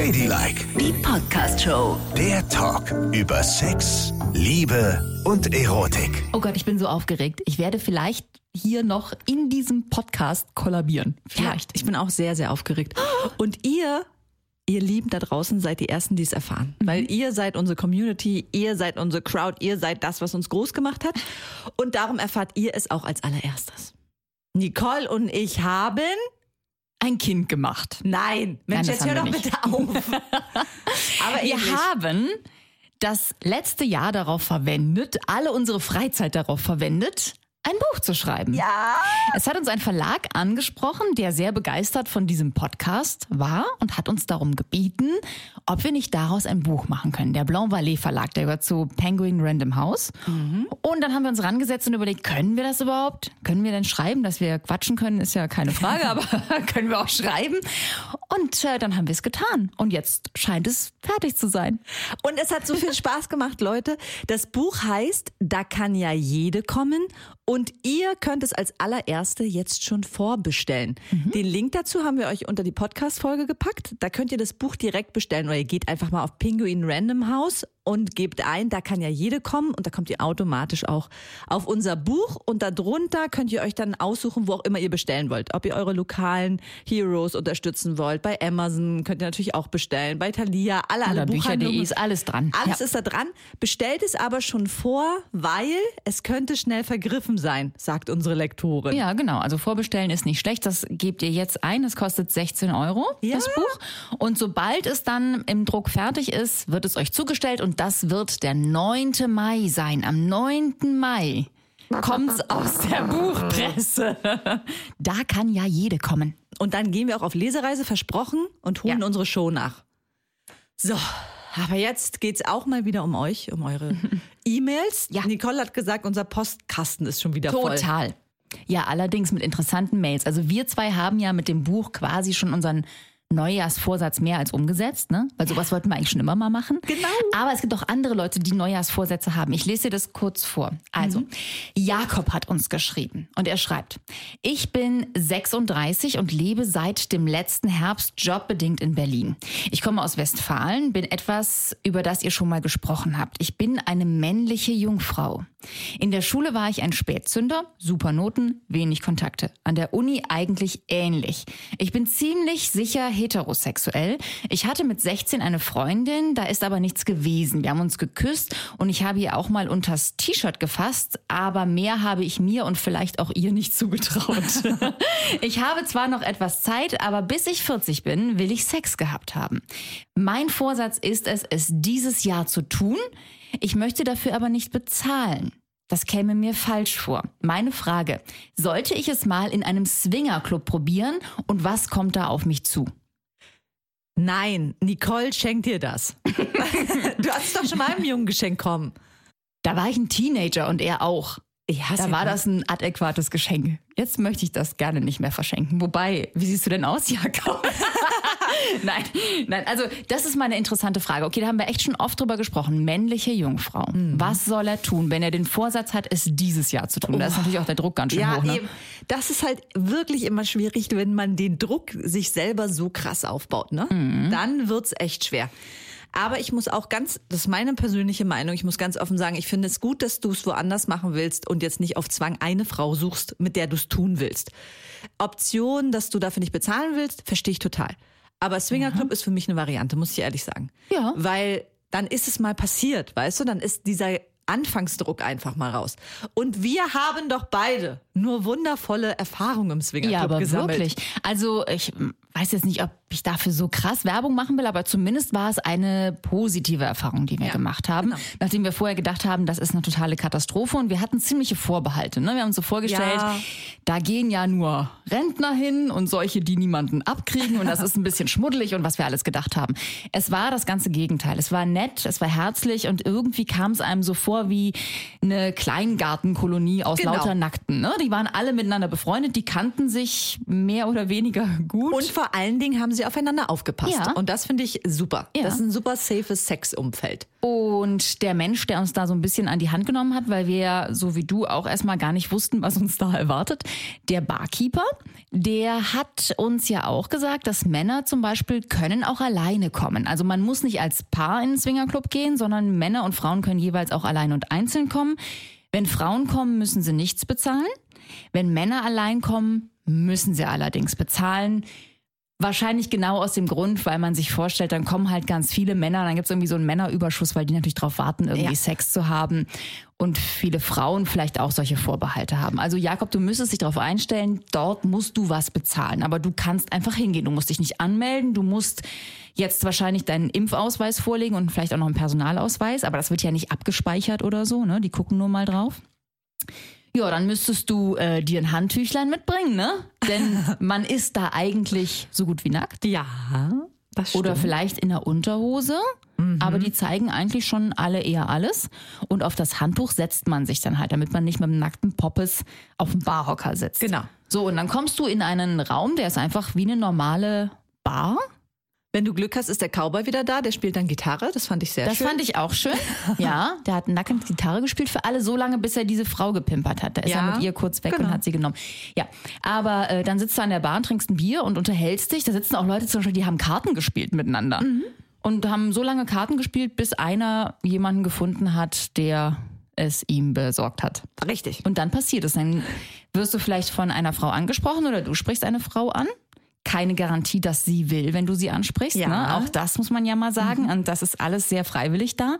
Ladylike, Die Podcast-Show. der Talk über Sex, Liebe und Erotik. Oh Gott, ich bin so aufgeregt. Ich werde vielleicht hier noch in diesem Podcast kollabieren. Vielleicht. Ja, ich bin auch sehr, sehr aufgeregt. Und ihr Lieben da draußen, seid die Ersten, die es erfahren. Weil ihr seid unsere Community, ihr seid unsere Crowd, ihr seid das, was uns groß gemacht hat. Und darum erfahrt ihr es auch als allererstes. Nicole und ich haben... Ein Kind gemacht. Nein, Mensch, das jetzt hör haben doch wir bitte auf. Aber Wir ähnlich. haben das letzte Jahr darauf verwendet, alle unsere Freizeit darauf verwendet, ein Buch zu schreiben. Ja. Es hat uns ein Verlag angesprochen, der sehr begeistert von diesem Podcast war und hat uns darum gebeten, ob wir nicht daraus ein Buch machen können. Der Blanc Vallée Verlag, der gehört zu Penguin Random House. Und dann haben wir uns rangesetzt und überlegt, können wir das überhaupt? Können wir denn schreiben? Dass wir quatschen können, ist ja keine Frage, aber können wir auch schreiben? Und dann haben wir es getan. Und jetzt scheint es fertig zu sein. Und es hat so viel Spaß gemacht, Leute. Das Buch heißt Da kann ja jede kommen. Und ihr könnt es als allererste jetzt schon vorbestellen. Den Link dazu haben wir euch unter die Podcast-Folge gepackt. Da könnt ihr das Buch direkt bestellen. Oder ihr geht einfach mal auf Penguin Random House und gebt ein, da kann ja jede kommen. Und da kommt ihr automatisch auch auf unser Buch. Und darunter könnt ihr euch dann aussuchen, wo auch immer ihr bestellen wollt. Ob ihr eure lokalen Heroes unterstützen wollt. Bei Amazon könnt ihr natürlich auch bestellen. Bei Thalia, alle Oder Buchhandlungen. Bücher.de ist alles dran. Alles Ja. ist da dran. Bestellt es aber schon vor, weil es könnte schnell vergriffen sein, sagt unsere Lektorin. Ja, genau. Also vorbestellen ist nicht schlecht. Das gebt ihr jetzt ein. Das kostet 16 €, Ja. das Buch. Und sobald es dann im Druck fertig ist, wird es euch zugestellt. Und das wird der 9. Mai sein. Am 9. Mai kommt's aus der Buchpresse. Da kann ja jede kommen. Und dann gehen wir auch auf Lesereise, versprochen, und holen Ja. unsere Show nach. So, aber jetzt geht's auch mal wieder um euch, um eure E-Mails. Ja. Nicole hat gesagt, unser Postkasten ist schon wieder voll. Total. Ja, allerdings mit interessanten Mails. Also wir zwei haben ja mit dem Buch quasi schon unseren Neujahrsvorsatz mehr als umgesetzt, ne? Weil sowas wollten wir eigentlich schon immer mal machen. Genau. Aber es gibt auch andere Leute, die Neujahrsvorsätze haben. Ich lese dir das kurz vor. Also, Jakob hat uns geschrieben und er schreibt: Ich bin 36 und lebe seit dem letzten Herbst jobbedingt in Berlin. Ich komme aus Westfalen, bin etwas, über das ihr schon mal gesprochen habt. Ich bin eine männliche Jungfrau. In der Schule war ich ein Spätzünder, super Noten, wenig Kontakte. An der Uni eigentlich ähnlich. Ich bin ziemlich sicher heterosexuell. Ich hatte mit 16 eine Freundin, da ist aber nichts gewesen. Wir haben uns geküsst und ich habe ihr auch mal unters T-Shirt gefasst, aber mehr habe ich mir und vielleicht auch ihr nicht zugetraut. Ich habe zwar noch etwas Zeit, aber bis ich 40 bin, will ich Sex gehabt haben. Mein Vorsatz ist es dieses Jahr zu tun. Ich möchte dafür aber nicht bezahlen. Das käme mir falsch vor. Meine Frage: Sollte ich es mal in einem Swingerclub probieren und was kommt da auf mich zu? Nein, Nicole schenkt dir das. Du hast doch schon mal einem Jungen geschenkt, komm. Da war ich ein Teenager und er auch. Ja, Da war das ein adäquates Geschenk. Jetzt möchte ich das gerne nicht mehr verschenken. Wobei, wie siehst du denn aus, Jakob? Nein, also das ist mal eine interessante Frage. Okay, da haben wir echt schon oft drüber gesprochen. Männliche Jungfrau. Was soll er tun, wenn er den Vorsatz hat, es dieses Jahr zu tun? Da ist natürlich auch der Druck ganz schön hoch. Ne? Eben. Das ist halt wirklich immer schwierig, wenn man den Druck sich selber so krass aufbaut. Ne? Dann wird's echt schwer. Aber ich muss auch das ist meine persönliche Meinung, ich muss ganz offen sagen, ich finde es gut, dass du es woanders machen willst und jetzt nicht auf Zwang eine Frau suchst, mit der du es tun willst. Option, dass du dafür nicht bezahlen willst, verstehe ich total. Aber Swingerclub ist für mich eine Variante, muss ich ehrlich sagen. Ja. Weil dann ist es mal passiert, weißt du, dann ist dieser Anfangsdruck einfach mal raus. Und wir haben doch beide nur wundervolle Erfahrungen im Swingerclub Ja, aber gesammelt. wirklich. Also ich weiß jetzt nicht, ob ich dafür so krass Werbung machen will, aber zumindest war es eine positive Erfahrung, die wir gemacht haben. genau. Nachdem wir vorher gedacht haben, das ist eine totale Katastrophe und wir hatten ziemliche Vorbehalte. Ne? Wir haben uns so vorgestellt, Ja. da gehen ja nur Rentner hin und solche, die niemanden abkriegen und das ist ein bisschen schmuddelig und was wir alles gedacht haben. Es war das ganze Gegenteil. Es war nett, es war herzlich und irgendwie kam es einem so vor wie eine Kleingartenkolonie aus Genau. lauter Nackten. Ne? Die waren alle miteinander befreundet, die kannten sich mehr oder weniger gut. Und vor allen Dingen haben sie aufeinander aufgepasst. Ja. Und das finde ich super. Ja. Das ist ein super safes Sexumfeld. Und der Mensch, der uns da so ein bisschen an die Hand genommen hat, weil wir ja, so wie du, auch erstmal gar nicht wussten, was uns da erwartet, der Barkeeper, der hat uns ja auch gesagt, dass Männer zum Beispiel können auch alleine kommen. Also man muss nicht als Paar in den Swingerclub gehen, sondern Männer und Frauen können jeweils auch allein und einzeln kommen. Wenn Frauen kommen, müssen sie nichts bezahlen. Wenn Männer allein kommen, müssen sie allerdings bezahlen. Wahrscheinlich genau aus dem Grund, weil man sich vorstellt, dann kommen halt ganz viele Männer, dann gibt es irgendwie so einen Männerüberschuss, weil die natürlich darauf warten, irgendwie Sex zu haben. Und viele Frauen vielleicht auch solche Vorbehalte haben. Also Jakob, du müsstest dich darauf einstellen, dort musst du was bezahlen. Aber du kannst einfach hingehen. Du musst dich nicht anmelden. Du musst jetzt wahrscheinlich deinen Impfausweis vorlegen und vielleicht auch noch einen Personalausweis. Aber das wird ja nicht abgespeichert oder so, ne? Die gucken nur mal drauf. Ja, dann müsstest du dir ein Handtüchlein mitbringen, ne? Denn man ist da eigentlich so gut wie nackt. Ja, das stimmt. Oder vielleicht in der Unterhose. Aber die zeigen eigentlich schon alle eher alles. Und auf das Handtuch setzt man sich dann halt, damit man nicht mit dem nackten Poppes auf dem Barhocker sitzt. Genau. So, und dann kommst du in einen Raum, der ist einfach wie eine normale Bar. Wenn du Glück hast, ist der Cowboy wieder da, der spielt dann Gitarre, das fand ich sehr schön. Das fand ich auch schön. Ja, der hat nackend Gitarre gespielt für alle so lange, bis er diese Frau gepimpert hat. Da ist er mit ihr kurz weg und hat sie genommen. Ja, aber dann sitzt du an der Bar und trinkst ein Bier und unterhältst dich. Da sitzen auch Leute zum Beispiel, die haben Karten gespielt miteinander. Und haben so lange Karten gespielt, bis einer jemanden gefunden hat, der es ihm besorgt hat. Richtig. Und dann passiert es. Dann wirst du vielleicht von einer Frau angesprochen oder du sprichst eine Frau an. Keine Garantie, dass sie will, wenn du sie ansprichst. Ja. Ne? Auch das muss man ja mal sagen. Und das ist alles sehr freiwillig da.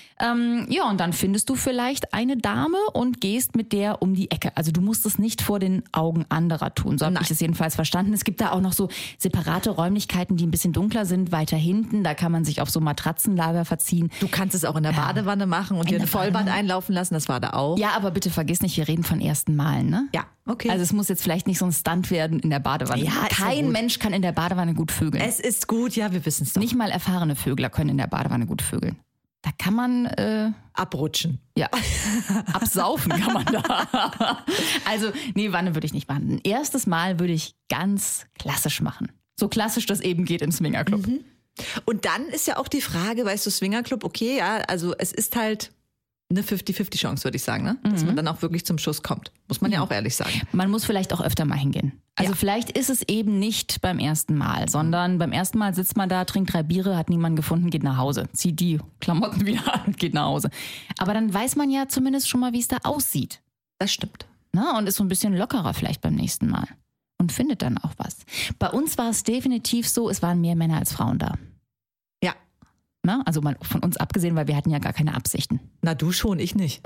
Ja, und dann findest du vielleicht eine Dame und gehst mit der um die Ecke. Also du musst es nicht vor den Augen anderer tun. So habe ich es jedenfalls verstanden. Es gibt da auch noch so separate Räumlichkeiten, die ein bisschen dunkler sind, weiter hinten. Da kann man sich auf so Matratzenlager verziehen. Du kannst es auch in der Badewanne machen und dir ein Vollbad einlaufen lassen. Das war da auch. Ja, aber bitte vergiss nicht, wir reden von ersten Malen, ne? Ja, okay. Also es muss jetzt vielleicht nicht so ein Stunt werden in der Badewanne. Ja, kein Mensch kann in der Badewanne gut vögeln. Es ist gut, ja, wir wissen es doch. Nicht mal erfahrene Vögler können in der Badewanne gut vögeln. Da kann man abrutschen. Ja, absaufen kann man da. Also, nee, Wanne würde ich nicht machen. Ein erstes Mal würde ich ganz klassisch machen. So klassisch das eben geht im Swingerclub. Und dann ist ja auch die Frage, weißt du, Swingerclub, okay, ja, also es ist halt eine 50-50 Chance, würde ich sagen, ne? Dass man dann auch wirklich zum Schuss kommt. Muss man ja auch ehrlich sagen. Man muss vielleicht auch öfter mal hingehen. Also vielleicht ist es eben nicht beim ersten Mal, sondern beim ersten Mal sitzt man da, trinkt 3 Biere, hat niemanden gefunden, geht nach Hause. Zieht die Klamotten wieder an und geht nach Hause. Aber dann weiß man ja zumindest schon mal, wie es da aussieht. Das stimmt. Na, und ist so ein bisschen lockerer vielleicht beim nächsten Mal. Und findet dann auch was. Bei uns war es definitiv so, es waren mehr Männer als Frauen da. Ja. Na, also mal von uns abgesehen, weil wir hatten ja gar keine Absichten. Na, du schon, ich nicht.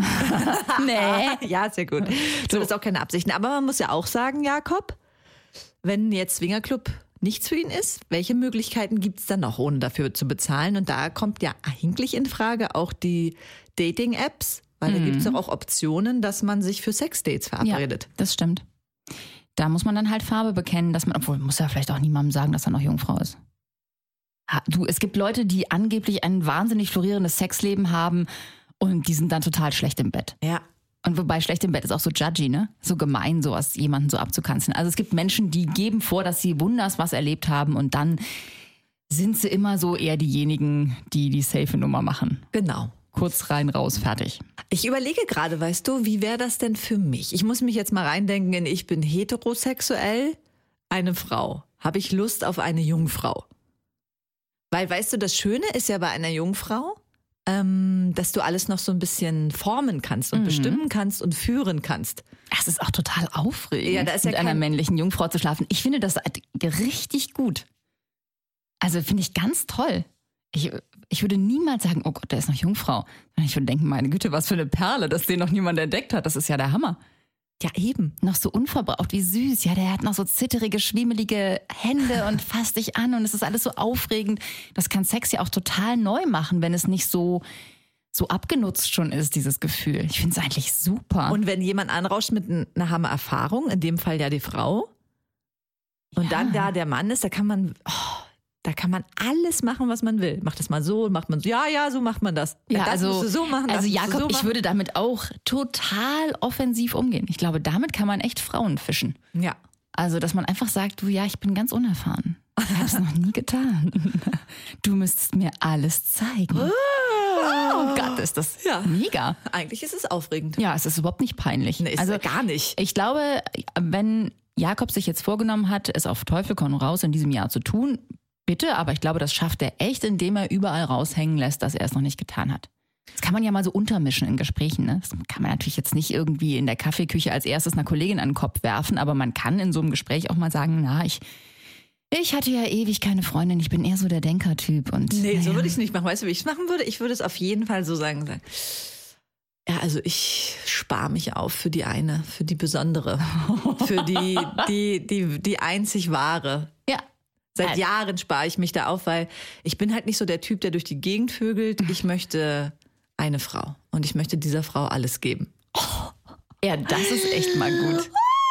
Nee. Ja, sehr gut. Du hast auch keine Absichten. Aber man muss ja auch sagen, Jakob, wenn jetzt Swingerclub nichts für ihn ist, welche Möglichkeiten gibt es dann noch, ohne dafür zu bezahlen? Und da kommt ja eigentlich in Frage auch die Dating-Apps, weil da gibt es auch Optionen, dass man sich für Sexdates verabredet. Ja, das stimmt. Da muss man dann halt Farbe bekennen, dass man, obwohl muss ja vielleicht auch niemandem sagen, dass er noch Jungfrau ist. Du, es gibt Leute, die angeblich ein wahnsinnig florierendes Sexleben haben und die sind dann total schlecht im Bett. Ja. Und wobei schlecht im Bett ist auch so judgy, ne? So gemein, sowas jemanden so abzukanzeln. Also es gibt Menschen, die geben vor, dass sie wunders was erlebt haben und dann sind sie immer so eher diejenigen, die die safe Nummer machen. Genau. Kurz rein, raus, fertig. Ich überlege gerade, weißt du, wie wäre das denn für mich? Ich muss mich jetzt mal reindenken in, ich bin heterosexuell, eine Frau. Habe ich Lust auf eine Jungfrau? Weil, weißt du, das Schöne ist ja bei einer Jungfrau, dass du alles noch so ein bisschen formen kannst und bestimmen kannst und führen kannst. Das ist auch total aufregend, ja, da ist ja mit einer männlichen Jungfrau zu schlafen. Ich finde das richtig gut. Also finde ich ganz toll. Ich würde niemals sagen, oh Gott, der ist noch Jungfrau. Ich würde denken, meine Güte, was für eine Perle, dass den noch niemand entdeckt hat. Das ist ja der Hammer. Ja, eben. Noch so unverbraucht, wie süß. Ja, der hat noch so zitterige, schwiemelige Hände und fasst dich an und es ist alles so aufregend. Das kann Sex ja auch total neu machen, wenn es nicht so abgenutzt schon ist, dieses Gefühl. Ich finde es eigentlich super. Und wenn jemand anrauscht mit einer Hammer-Erfahrung, in dem Fall ja die Frau, und dann da der Mann ist, da kann man alles machen, was man will. Macht das mal so, macht man so. Ja, so macht man das. Ja, das also, musst du so machen, also Jakob, so machen. ich würde damit auch total offensiv umgehen. Ich glaube, damit kann man echt Frauen fischen. Ja. Also, dass man einfach sagt, du, ja, ich bin ganz unerfahren. Ich habe es noch nie getan. Du müsstest mir alles zeigen. Oh Gott, ist das mega. Eigentlich ist es aufregend. Ja, es ist überhaupt nicht peinlich. Nee, ist gar nicht. Ich glaube, wenn Jakob sich jetzt vorgenommen hat, es auf Teufel komm raus in diesem Jahr zu tun, bitte, aber ich glaube, das schafft er echt, indem er überall raushängen lässt, dass er es noch nicht getan hat. Das kann man ja mal so untermischen in Gesprächen. Ne? Das kann man natürlich jetzt nicht irgendwie in der Kaffeeküche als erstes einer Kollegin an den Kopf werfen, aber man kann in so einem Gespräch auch mal sagen, na, ich hatte ja ewig keine Freundin, ich bin eher so der Denkertyp. Nee, so würde ich es nicht machen. Weißt du, wie ich es machen würde? Ich würde es auf jeden Fall so sagen. Ja, also ich spare mich auf für die eine, für die besondere, für die einzig wahre. Ja. Seit Jahren spare ich mich da auf, weil ich bin halt nicht so der Typ, der durch die Gegend vögelt. Ich möchte eine Frau und ich möchte dieser Frau alles geben. Ja, das ist echt mal gut.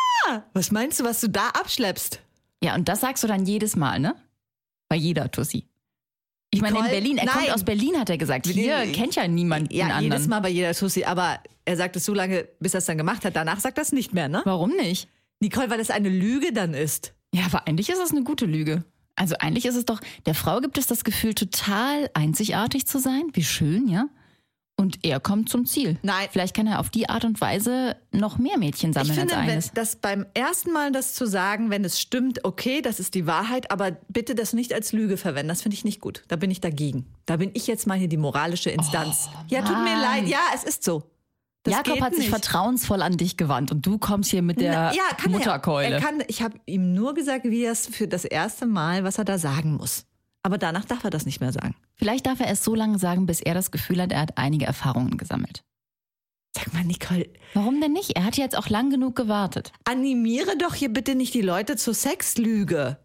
Was meinst du, was du da abschleppst? Ja, und das sagst du dann jedes Mal, ne? Bei jeder Tussi. Ich meine, in Berlin, er kommt aus Berlin, hat er gesagt. Hier kennt ja niemand einen anderen. Ja, jedes Mal bei jeder Tussi, aber er sagt es so lange, bis er es dann gemacht hat. Danach sagt er es nicht mehr, ne? Warum nicht? Nicole, weil es eine Lüge dann ist. Ja, aber eigentlich ist es eine gute Lüge. Also eigentlich ist es doch, der Frau gibt es das Gefühl, total einzigartig zu sein. Wie schön, ja? Und er kommt zum Ziel. Nein. Vielleicht kann er auf die Art und Weise noch mehr Mädchen sammeln als eines. Ich finde, das beim ersten Mal das zu sagen, wenn es stimmt, okay, das ist die Wahrheit, aber bitte das nicht als Lüge verwenden. Das finde ich nicht gut. Da bin ich dagegen. Da bin ich jetzt mal hier die moralische Instanz. Ja, tut mir leid. Ja, es ist so. Das Jakob hat sich vertrauensvoll an dich gewandt und du kommst hier mit der Mutterkeule. Ich habe ihm nur gesagt, wie er es für das erste Mal, was er da sagen muss. Aber danach darf er das nicht mehr sagen. Vielleicht darf er es so lange sagen, bis er das Gefühl hat, er hat einige Erfahrungen gesammelt. Sag mal, Nicole. Warum denn nicht? Er hat jetzt auch lang genug gewartet. Animiere doch hier bitte nicht die Leute zur Sexlüge.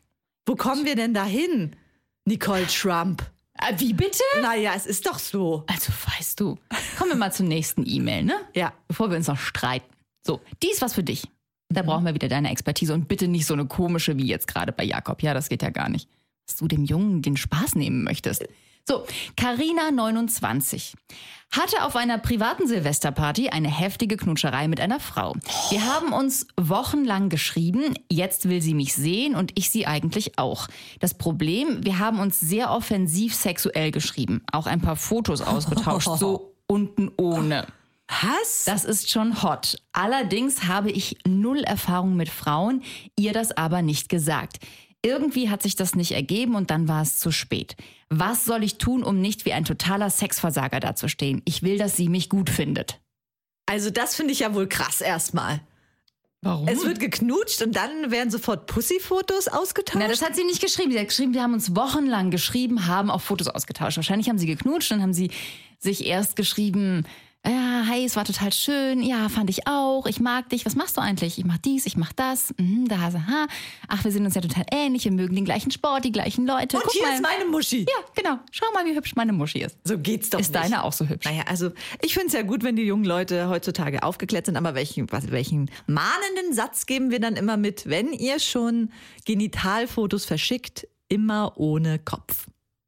Wo kommen wir denn da hin, Nicole Trump? Wie bitte? Naja, es ist doch so. Also weißt du, kommen wir mal zur nächsten E-Mail, ne? Ja. Bevor wir uns noch streiten. So, die ist was für dich. Da brauchen wir wieder deine Expertise und bitte nicht so eine komische wie jetzt gerade bei Jakob. Ja, das geht ja gar nicht. Dass du dem Jungen den Spaß nehmen möchtest. So, Carina 29 hatte auf einer privaten Silvesterparty eine heftige Knutscherei mit einer Frau. Wir haben uns wochenlang geschrieben, jetzt will sie mich sehen und ich sie eigentlich auch. Das Problem, wir haben uns sehr offensiv sexuell geschrieben, auch ein paar Fotos ausgetauscht, so unten ohne. Was? Das ist schon hot. Allerdings habe ich 0 Erfahrung mit Frauen, ihr das aber nicht gesagt. Irgendwie hat sich das nicht ergeben und dann war es zu spät. Was soll ich tun, um nicht wie ein totaler Sexversager dazustehen? Ich will, dass sie mich gut findet. Also das finde ich ja wohl krass erstmal. Warum? Es wird geknutscht und dann werden sofort Pussy-Fotos ausgetauscht? Na, das hat sie nicht geschrieben. Sie hat geschrieben, wir haben uns wochenlang geschrieben, haben auch Fotos ausgetauscht. Wahrscheinlich haben sie geknutscht, dann haben sie sich erst geschrieben, ja, hey, es war total schön. Ja, fand ich auch. Ich mag dich. Was machst du eigentlich? Ich mach dies, ich mach das. Ach, wir sind uns ja total ähnlich. Wir mögen den gleichen Sport, die gleichen Leute. Und guck hier mal. Ist meine Muschi. Ja, genau. Schau mal, wie hübsch meine Muschi ist. So geht's doch nicht. Ist deine auch so hübsch? Naja, also ich finde es ja gut, wenn die jungen Leute heutzutage aufgeklärt sind. Aber welchen mahnenden Satz geben wir dann immer mit, wenn ihr schon Genitalfotos verschickt, immer ohne Kopf?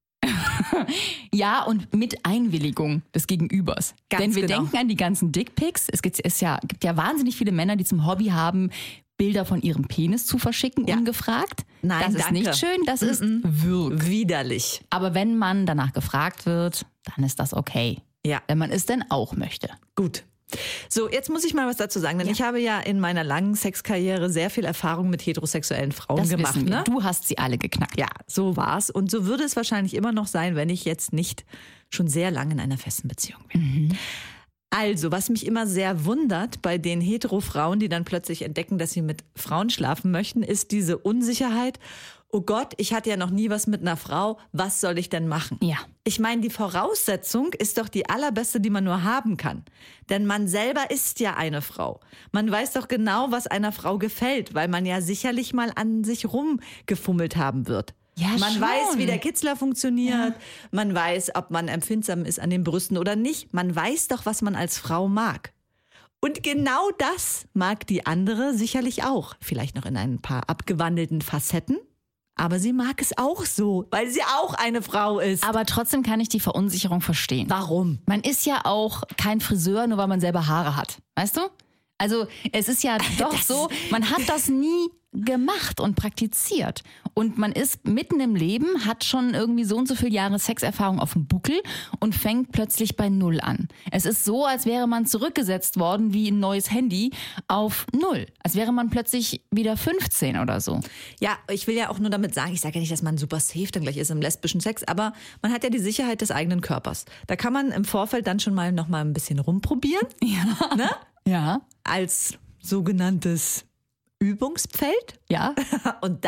Ja, und mit Einwilligung des Gegenübers. Denn wir denken an die ganzen Dickpics. Es gibt ja wahnsinnig viele Männer, die zum Hobby haben, Bilder von ihrem Penis zu verschicken, ungefragt. Nein, das ist nicht schön, das ist widerlich. Aber wenn man danach gefragt wird, dann ist das okay. Ja. Wenn man es denn auch möchte. Gut. So, jetzt muss ich mal was dazu sagen, denn ich habe ja in meiner langen Sexkarriere sehr viel Erfahrung mit heterosexuellen Frauen gemacht. Wissen wir. Ne? Du hast sie alle geknackt. Ja, so war's. Und so würde es wahrscheinlich immer noch sein, wenn ich jetzt nicht schon sehr lange in einer festen Beziehung bin. Also, was mich immer sehr wundert bei den Hetero-Frauen, die dann plötzlich entdecken, dass sie mit Frauen schlafen möchten, ist diese Unsicherheit. Oh Gott, ich hatte ja noch nie was mit einer Frau, was soll ich denn machen? Ja. Ich meine, die Voraussetzung ist doch die allerbeste, die man nur haben kann. Denn man selber ist ja eine Frau. Man weiß doch genau, was einer Frau gefällt, weil man ja sicherlich mal an sich rumgefummelt haben wird. Ja, man schon. weiß, wie der Kitzler funktioniert. Ja. Man weiß, ob man empfindsam ist an den Brüsten oder nicht. Man weiß doch, was man als Frau mag. Und genau das mag die andere sicherlich auch. Vielleicht noch in ein paar abgewandelten Facetten. Aber sie mag es auch so, weil sie auch eine Frau ist. Aber trotzdem kann ich die Verunsicherung verstehen. Warum? Man ist ja auch kein Friseur, nur weil man selber Haare hat. Weißt du? Also es ist ja doch so, man hat das nie gemacht und praktiziert. Und man ist mitten im Leben, hat schon irgendwie so und so viele Jahre Sexerfahrung auf dem Buckel und fängt plötzlich bei 0 an. Es ist so, als wäre man zurückgesetzt worden wie ein neues Handy auf 0. Als wäre man plötzlich wieder 15 oder so. Ja, ich will ja auch nur damit sagen, ich sage ja nicht, dass man super safe dann gleich ist im lesbischen Sex, aber man hat ja die Sicherheit des eigenen Körpers. Da kann man im Vorfeld dann schon mal noch mal ein bisschen rumprobieren. Ja. Ne? Ja. Als sogenanntes Übungsfeld. Ja. Und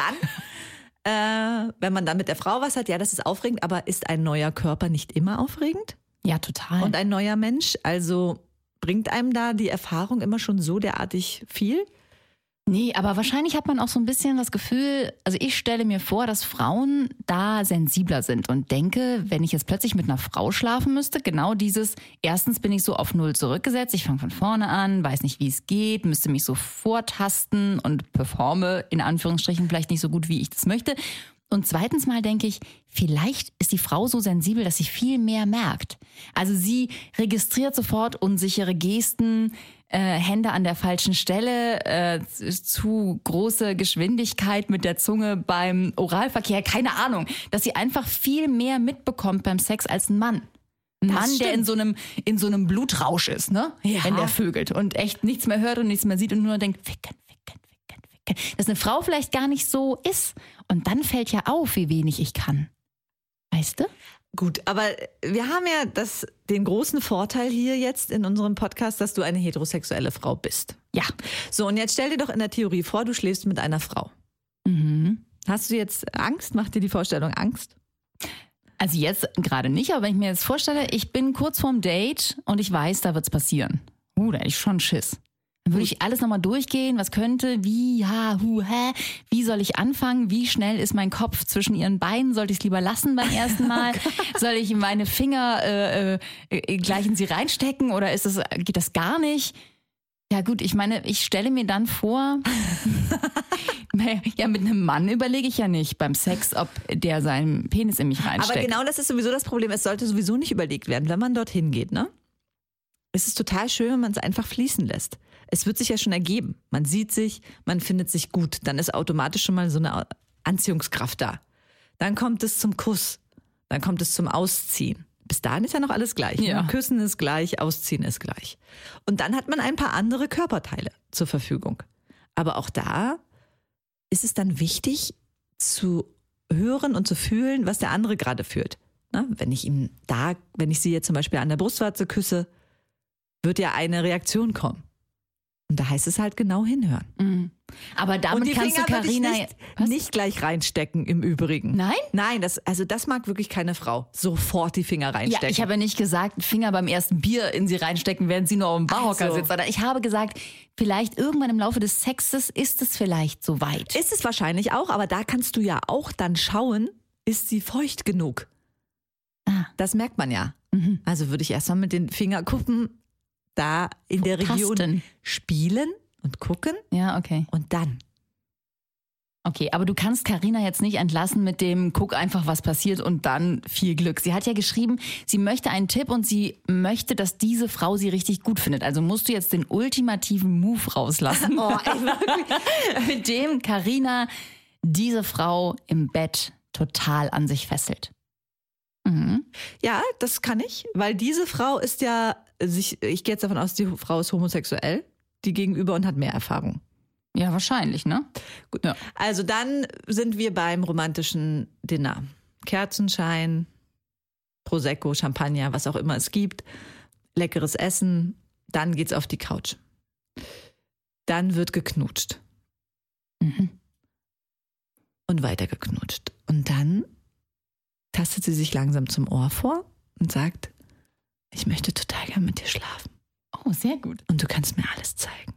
dann, wenn man dann mit der Frau was hat, ja, das ist aufregend, aber ist ein neuer Körper nicht immer aufregend? Ja, total. Und ein neuer Mensch, also bringt einem da die Erfahrung immer schon so derartig viel? Nee, aber wahrscheinlich hat man auch so ein bisschen das Gefühl, also ich stelle mir vor, dass Frauen da sensibler sind und denke, wenn ich jetzt plötzlich mit einer Frau schlafen müsste, genau dieses, erstens bin ich so auf 0 zurückgesetzt, ich fange von vorne an, weiß nicht, wie es geht, müsste mich so vortasten und performe in Anführungsstrichen vielleicht nicht so gut, wie ich das möchte. Und zweitens mal denke ich, vielleicht ist die Frau so sensibel, dass sie viel mehr merkt. Also sie registriert sofort unsichere Gesten, Hände an der falschen Stelle, zu große Geschwindigkeit mit der Zunge beim Oralverkehr, keine Ahnung. Dass sie einfach viel mehr mitbekommt beim Sex als ein Mann. Ein Mann, stimmt. der in so einem Blutrausch ist, ne? Ja. Wenn der vögelt und echt nichts mehr hört und nichts mehr sieht und nur denkt, ficken. Dass eine Frau vielleicht gar nicht so ist. Und dann fällt ja auf, wie wenig ich kann. Weißt du? Gut, aber wir haben ja den großen Vorteil hier jetzt in unserem Podcast, dass du eine heterosexuelle Frau bist. Ja. So, und jetzt stell dir doch in der Theorie vor, du schläfst mit einer Frau. Mhm. Hast du jetzt Angst? Macht dir die Vorstellung Angst? Also jetzt gerade nicht, aber wenn ich mir jetzt vorstelle, ich bin kurz vorm Date und ich weiß, da wird's passieren. Da hätte ich schon Schiss. Dann würde ich alles nochmal durchgehen, was könnte, wie, wie soll ich anfangen, wie schnell ist mein Kopf zwischen ihren Beinen, sollte ich es lieber lassen beim ersten Mal, soll ich meine Finger gleich in sie reinstecken oder geht das gar nicht? Ja gut, ich meine, ich stelle mir dann vor, ja mit einem Mann überlege ich ja nicht beim Sex, ob der seinen Penis in mich reinsteckt. Aber genau das ist sowieso das Problem, es sollte sowieso nicht überlegt werden, wenn man dorthin geht, ne? Es ist total schön, wenn man es einfach fließen lässt. Es wird sich ja schon ergeben. Man sieht sich, man findet sich gut. Dann ist automatisch schon mal so eine Anziehungskraft da. Dann kommt es zum Kuss. Dann kommt es zum Ausziehen. Bis dahin ist ja noch alles gleich. Ja. Ne? Küssen ist gleich, Ausziehen ist gleich. Und dann hat man ein paar andere Körperteile zur Verfügung. Aber auch da ist es dann wichtig zu hören und zu fühlen, was der andere gerade fühlt. Na, wenn ich sie jetzt zum Beispiel an der Brustwarze küsse, wird ja eine Reaktion kommen. Und da heißt es halt genau hinhören. Mhm. Aber damit kannst du Carina nicht gleich reinstecken im Übrigen. Nein? Nein, das mag wirklich keine Frau. Sofort die Finger reinstecken. Ja, ich habe ja nicht gesagt, Finger beim ersten Bier in sie reinstecken, während sie nur auf dem Barhocker sitzt. Oder ich habe gesagt, vielleicht irgendwann im Laufe des Sexes ist es vielleicht soweit. Ist es wahrscheinlich auch, aber da kannst du ja auch dann schauen, ist sie feucht genug? Ah. Das merkt man ja. Mhm. Also würde ich erstmal mit den Fingerkuppen da in der Region Tasten. spielen und gucken Ja, okay. und dann. Okay, aber du kannst Carina jetzt nicht entlassen mit dem, guck einfach, was passiert und dann viel Glück. Sie hat ja geschrieben, sie möchte einen Tipp und sie möchte, dass diese Frau sie richtig gut findet. Also musst du jetzt den ultimativen Move rauslassen. Oh, ey, wirklich. mit dem Carina diese Frau im Bett total an sich fesselt. Mhm. Ja, das kann ich, weil diese Frau ist ja, ich gehe jetzt davon aus, die Frau ist homosexuell, die gegenüber und hat mehr Erfahrung. Ja, wahrscheinlich, ne? Gut. Ja. Also dann sind wir beim romantischen Dinner. Kerzenschein, Prosecco, Champagner, was auch immer es gibt, leckeres Essen, dann geht's auf die Couch. Dann wird geknutscht. Mhm. Und weiter geknutscht. Und dann tastet sie sich langsam zum Ohr vor und sagt, ich möchte total gern mit dir schlafen. Oh, sehr gut. Und du kannst mir alles zeigen.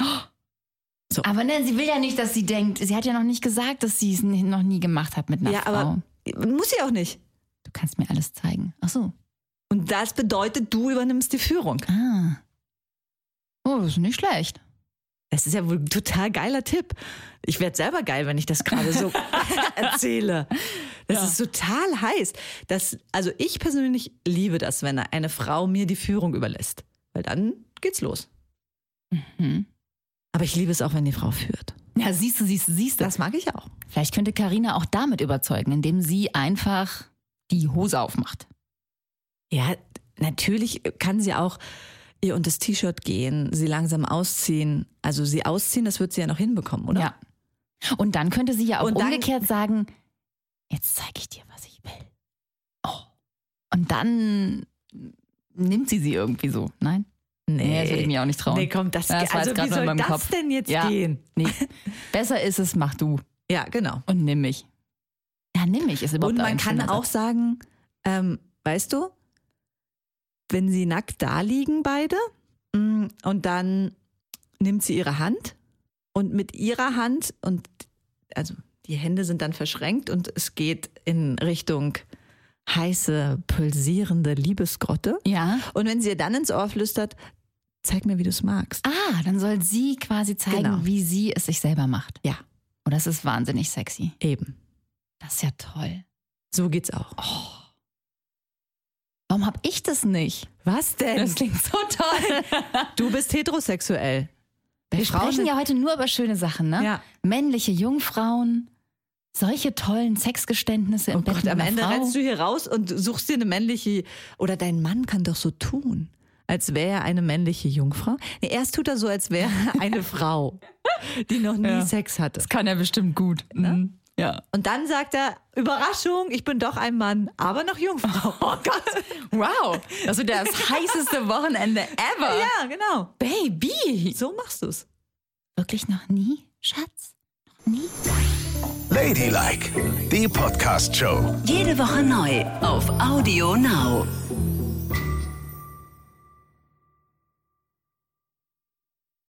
So. Aber ne, sie will ja nicht, dass sie denkt, sie hat ja noch nicht gesagt, dass sie es noch nie gemacht hat mit einer Frau. Aber muss sie auch nicht. Du kannst mir alles zeigen. Ach so. Und das bedeutet, du übernimmst die Führung. Ah. Oh, das ist nicht schlecht. Das ist ja wohl ein total geiler Tipp. Ich werde selber geil, wenn ich das gerade so erzähle. Das ist total heiß. Also ich persönlich liebe das, wenn eine Frau mir die Führung überlässt. Weil dann geht's los. Mhm. Aber ich liebe es auch, wenn die Frau führt. Ja, siehst du. Das mag ich auch. Vielleicht könnte Carina auch damit überzeugen, indem sie einfach die Hose aufmacht. Ja, natürlich kann sie auch ihr unter das T-Shirt gehen, sie langsam ausziehen. Also sie ausziehen, das wird sie ja noch hinbekommen, oder? Ja. Und dann könnte sie ja auch Und dann- umgekehrt sagen, jetzt zeige ich dir, was ich will. Oh. Und dann nimmt sie irgendwie so. Nein? Nee, das würde ich mir auch nicht trauen. Nee, komm, das war also jetzt wie grad nur in soll meinem das Kopf. denn jetzt Ja. gehen? Nee. Besser ist es, mach du Ja, genau. und nimm mich. Ja, nimm mich ist überhaupt Und man ein kann schöner auch Satz. sagen, weißt du, wenn sie nackt da liegen beide und dann nimmt sie ihre Hand und mit ihrer Hand und also die Hände sind dann verschränkt und es geht in Richtung heiße, pulsierende Liebesgrotte. Ja. Und wenn sie ihr dann ins Ohr flüstert, zeig mir, wie du es magst. Ah, dann soll sie quasi zeigen, Genau. wie sie es sich selber macht. Ja, Und das ist wahnsinnig sexy. eben. Das ist ja toll. So geht's auch. Warum hab ich das nicht? Was denn? Das klingt so toll. Du bist heterosexuell. Wir Frauen sprechen sind- ja heute nur über schöne Sachen, ne? Ja. Männliche Jungfrauen, solche tollen Sexgeständnisse im Oh Bett Gott, mit am einer Ende Frau. rennst du hier raus und suchst dir eine männliche, oder dein Mann kann doch so tun, als wäre er eine männliche Jungfrau. Nee, erst tut er so, als wäre er eine Frau, die noch nie Ja. Sex hatte. Das kann er bestimmt gut. Mhm. Ja. Und dann sagt er, Überraschung, ich bin doch ein Mann, aber noch Jungfrau. Oh Gott. Wow, das wird das heißeste Wochenende ever. Ja, genau. Baby. So machst du's. Wirklich noch nie, Schatz? Noch nie? Ladylike, die Podcast-Show. Jede Woche neu auf Audio Now.